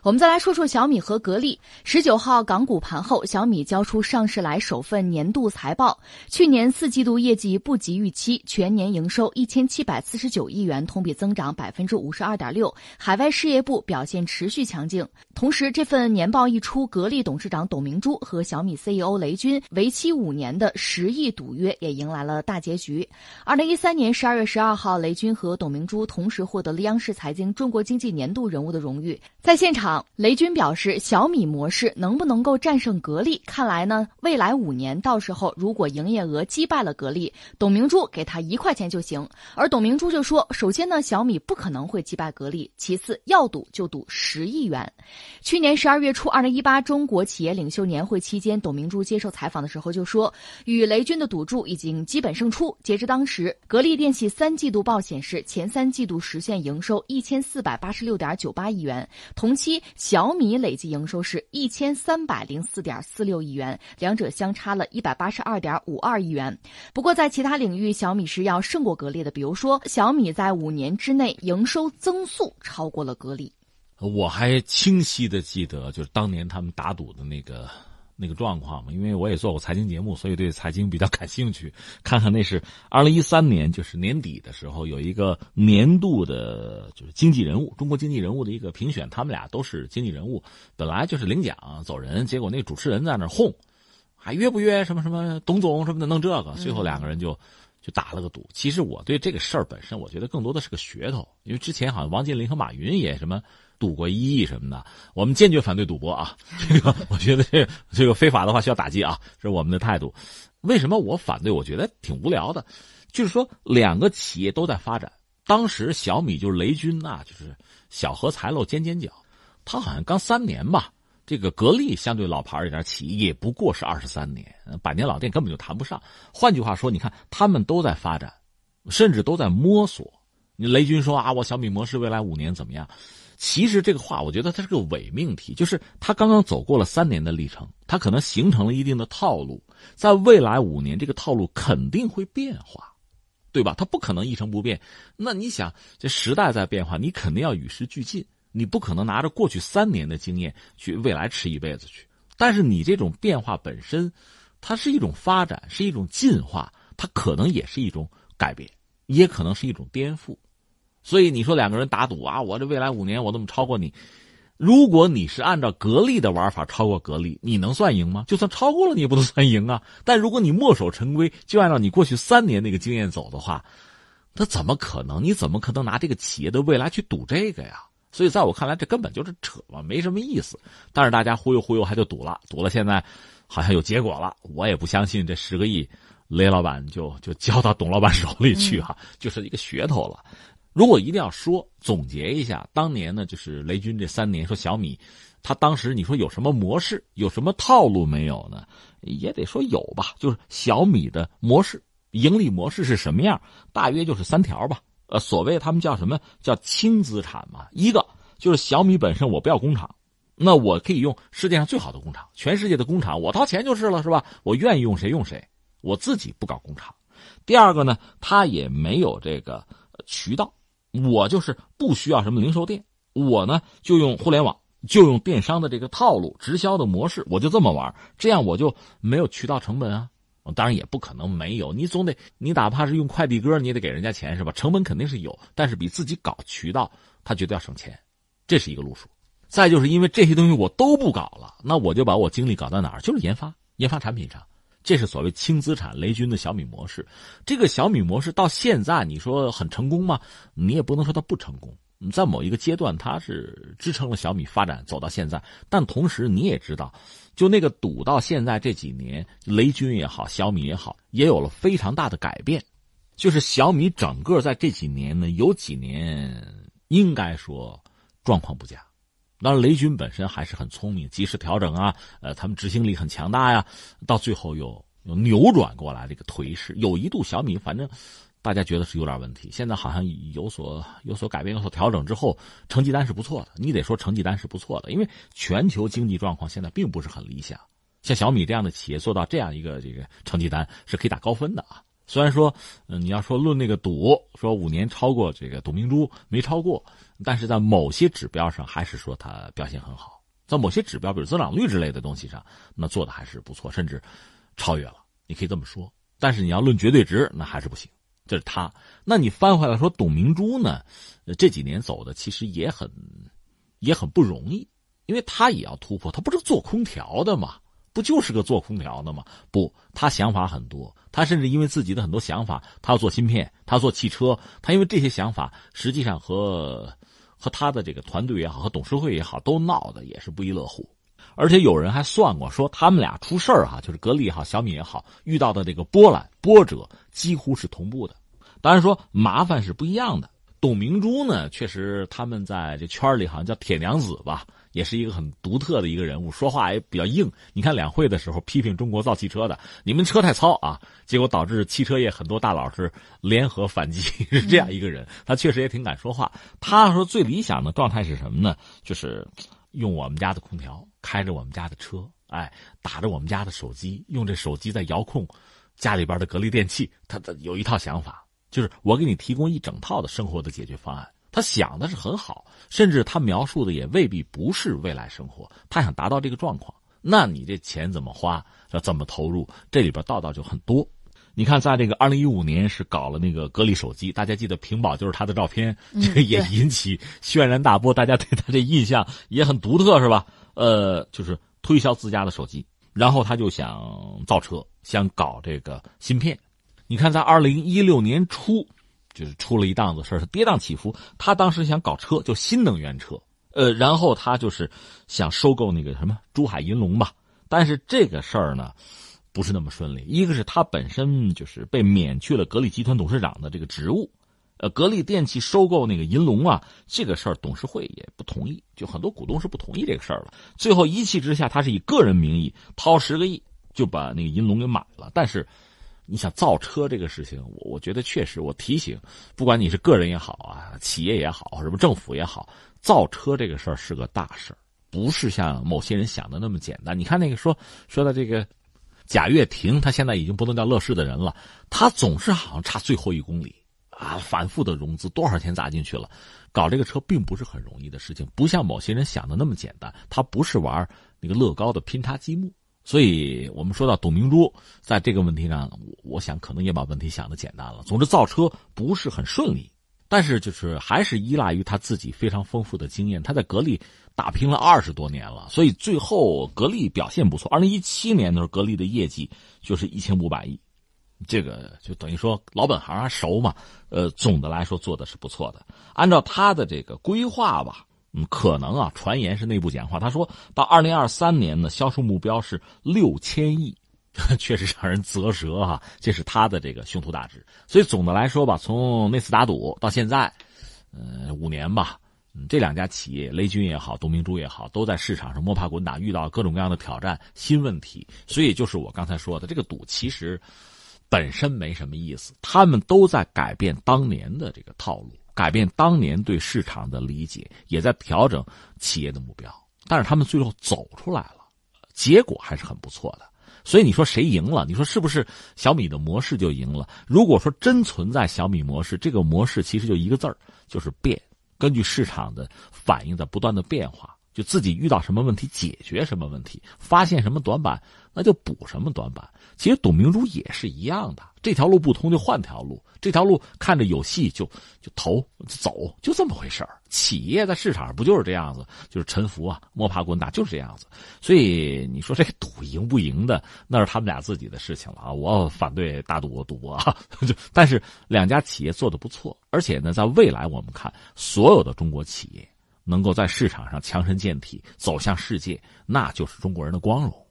我们再来说说小米和格力。19号港股盘后，小米交出上市来首份年度财报，去年4季度业绩不及预期，全年营收1749亿元，同比增长52.6%，海外事业部表现持续强劲。同时，这份年报一出，格力董事长董明珠和小米 CEO 雷军为期5年的10亿赌约也迎来了大结局。2013年12月12号，雷军和董明珠同时获得了央视财经中国经济年度人物的荣誉。在现场，雷军表示，小米模式能不能够战胜格力，看来呢，未来5年到时候如果营业额击败了格力，董明珠给他1块钱就行。而董明珠就说，首先呢，小米不可能会击败格力，其次要赌就赌10亿元。去年12月初2018中国企业领袖年会期间，董明珠接受采访的时候就说，与雷军的赌注已经基本胜出。截至当时，格力电器3季度报显示，前3季度实现营收1486.98亿元，同期小米累计营收是1304.46亿元，两者相差了182.52亿元。不过在其他领域，小米是要胜过格力的，比如说小米在5年之内营收增速超过了格力。 我还清晰的记得，就是当年他们打赌的那个状况嘛，因为我也做过财经节目，所以对财经比较感兴趣。看看那是2013年，就是年底的时候，有一个年度的就是经济人物，中国经济人物的一个评选，他们俩都是经济人物，本来就是领奖走人，结果那主持人在那哄，还约不约什么什么董总什么的弄这个，最后2个人就打了个赌。其实我对这个事儿本身，我觉得更多的是个噱头，因为之前好像王健林和马云也什么赌过1亿什么的，我们坚决反对赌博啊！这个我觉得这个非法的话需要打击啊，这是我们的态度。为什么我反对？我觉得挺无聊的，就是说2个企业都在发展。当时小米就是雷军呐，就是小荷才露尖尖角，他好像刚3年吧。这个格力相对老牌一点企业，也不过是23年，百年老店根本就谈不上。换句话说，你看他们都在发展，甚至都在摸索。你雷军说啊，我小米模式未来5年怎么样？其实这个话我觉得它是个伪命题，就是他刚刚走过了3年的历程，他可能形成了一定的套路，在未来5年这个套路肯定会变化，对吧？它不可能一成不变。那你想，这时代在变化，你肯定要与时俱进，你不可能拿着过去3年的经验去未来吃一辈子去。但是你这种变化本身，它是一种发展，是一种进化，它可能也是一种改变，也可能是一种颠覆。所以你说2个人打赌啊，我这未来5年我怎么超过你？如果你是按照格力的玩法超过格力，你能算赢吗？就算超过了，你也不能算赢啊。但如果你墨守成规，就按照你过去3年那个经验走的话，那怎么可能？你怎么可能拿这个企业的未来去赌这个呀？所以在我看来，这根本就是扯嘛，没什么意思。但是大家忽悠忽悠还就赌了，现在好像有结果了。我也不相信这10个亿，雷老板就交到董老板手里去哈，就是一个噱头了。如果一定要说总结一下，当年呢，就是雷军这3年说小米，他当时你说有什么模式，有什么套路没有呢？也得说有吧，就是小米的模式，盈利模式是什么样？大约就是3条吧。所谓他们叫什么？叫轻资产嘛。一个就是小米本身我不要工厂，那我可以用世界上最好的工厂，全世界的工厂我掏钱就是了，是吧？我愿意用谁用谁，我自己不搞工厂。第二个呢，它也没有这个渠道。我就是不需要什么零售店，我呢就用互联网，就用电商的这个套路，直销的模式，我就这么玩，这样我就没有渠道成本啊。当然也不可能没有，你总得，你哪怕是用快递哥，你也得给人家钱是吧？成本肯定是有，但是比自己搞渠道，他觉得要省钱，这是一个路数。再就是因为这些东西我都不搞了，那我就把我精力搞到哪儿？就是研发产品上。这是所谓轻资产雷军的小米模式。这个小米模式到现在你说很成功吗？你也不能说它不成功。在某一个阶段它是支撑了小米发展走到现在，但同时你也知道，就那个赌到现在这几年，雷军也好，小米也好，也有了非常大的改变。就是小米整个在这几年呢，有几年应该说状况不佳。当然雷军本身还是很聪明，及时调整啊，他们执行力很强大呀，到最后又扭转过来这个颓势。有一度小米反正大家觉得是有点问题，现在好像有所改变，有所调整之后，成绩单是不错的。你得说成绩单是不错的，因为全球经济状况现在并不是很理想。像小米这样的企业做到这样一个这个成绩单是可以打高分的啊。虽然说，你要说论那个赌，说5年超过这个董明珠没超过， 但是在某些指标上还是说它表现很好，在某些指标比如增长率之类的东西上，那做的还是不错，甚至超越了，你可以这么说。但是你要论绝对值，那还是不行。这是他。那你翻回来说董明珠呢，这几年走的其实也很不容易，因为他也要突破，他不是做空调的吗？不就是个做空调的吗？不，他想法很多，他甚至因为自己的很多想法，他要做芯片，他要做汽车，他因为这些想法，实际上和他的这个团队也好，和董事会也好，都闹得也是不亦乐乎。而且有人还算过，说他们俩出事儿就是格力也好，小米也好，遇到的这个波折几乎是同步的。当然说麻烦是不一样的。董明珠呢，确实他们在这圈里好像叫铁娘子吧，也是一个很独特的一个人物，说话也比较硬。你看两会的时候批评中国造汽车的，你们车太糙啊，结果导致汽车业很多大佬是联合反击，是这样一个人。他确实也挺敢说话。他说最理想的状态是什么呢？就是用我们家的空调，开着我们家的车，打着我们家的手机，用这手机在遥控家里边的格力电器。他有一套想法，就是我给你提供一整套的生活的解决方案。他想的是很好，甚至他描述的也未必不是未来生活，他想达到这个状况。那你这钱怎么花，要怎么投入，这里边道道就很多。你看在这个2015年是搞了那个格力手机，大家记得屏保就是他的照片，这个也引起轩然大波，大家对他这印象也很独特是吧？就是推销自家的手机，然后他就想造车，想搞这个芯片。你看在2016年初就是出了一档子事儿，他跌宕起伏。他当时想搞车，就新能源车，然后他就是想收购那个什么珠海银隆吧。但是这个事儿呢不是那么顺利，一个是他本身就是被免去了格力集团董事长的这个职务，格力电器收购那个银隆这个事儿董事会也不同意，就很多股东是不同意这个事儿了。最后一气之下，他是以个人名义掏10个亿就把那个银隆给买了。但是你想造车这个事情，我觉得确实，我提醒，不管你是个人也好企业也好，什么政府也好，造车这个事儿是个大事儿，不是像某些人想的那么简单。你看那个说的这个贾跃亭，他现在已经不能叫乐视的人了，他总是好像差最后1公里反复的融资，多少钱砸进去了。搞这个车并不是很容易的事情，不像某些人想的那么简单，他不是玩那个乐高的拼插积木。所以我们说到董明珠在这个问题上，我想可能也把问题想得简单了。总之造车不是很顺利，但是就是还是依赖于他自己非常丰富的经验。他在格力打拼了20多年了，所以最后格力表现不错。2017年的时候，格力的业绩就是1500亿，这个就等于说老本行熟嘛。总的来说做的是不错的。按照他的这个规划吧，可能传言是内部讲话，他说到2023年呢，销售目标是6000亿，确实让人啧舌这是他的这个胸图大志。所以总的来说吧，从那次打赌到现在，5年吧，这两家企业，雷军也好，董明珠也好，都在市场上摸爬滚打，遇到各种各样的挑战、新问题。所以就是我刚才说的，这个赌其实本身没什么意思，他们都在改变当年的这个套路，改变当年对市场的理解，也在调整企业的目标。但是他们最后走出来了，结果还是很不错的。所以你说谁赢了？你说是不是小米的模式就赢了？如果说真存在小米模式，这个模式其实就一个字儿，就是变。根据市场的反应在不断的变化，就自己遇到什么问题解决什么问题，发现什么短板那就补什么短板。其实董明珠也是一样的，这条路不通就换条路，这条路看着有戏就投就走，就这么回事儿。企业在市场上不就是这样子，就是沉浮摸爬滚打，就是这样子。所以你说这个赌赢不赢的，那是他们俩自己的事情了我反对大赌博但是两家企业做得不错，而且呢，在未来我们看所有的中国企业能够在市场上强身健体，走向世界，那就是中国人的光荣。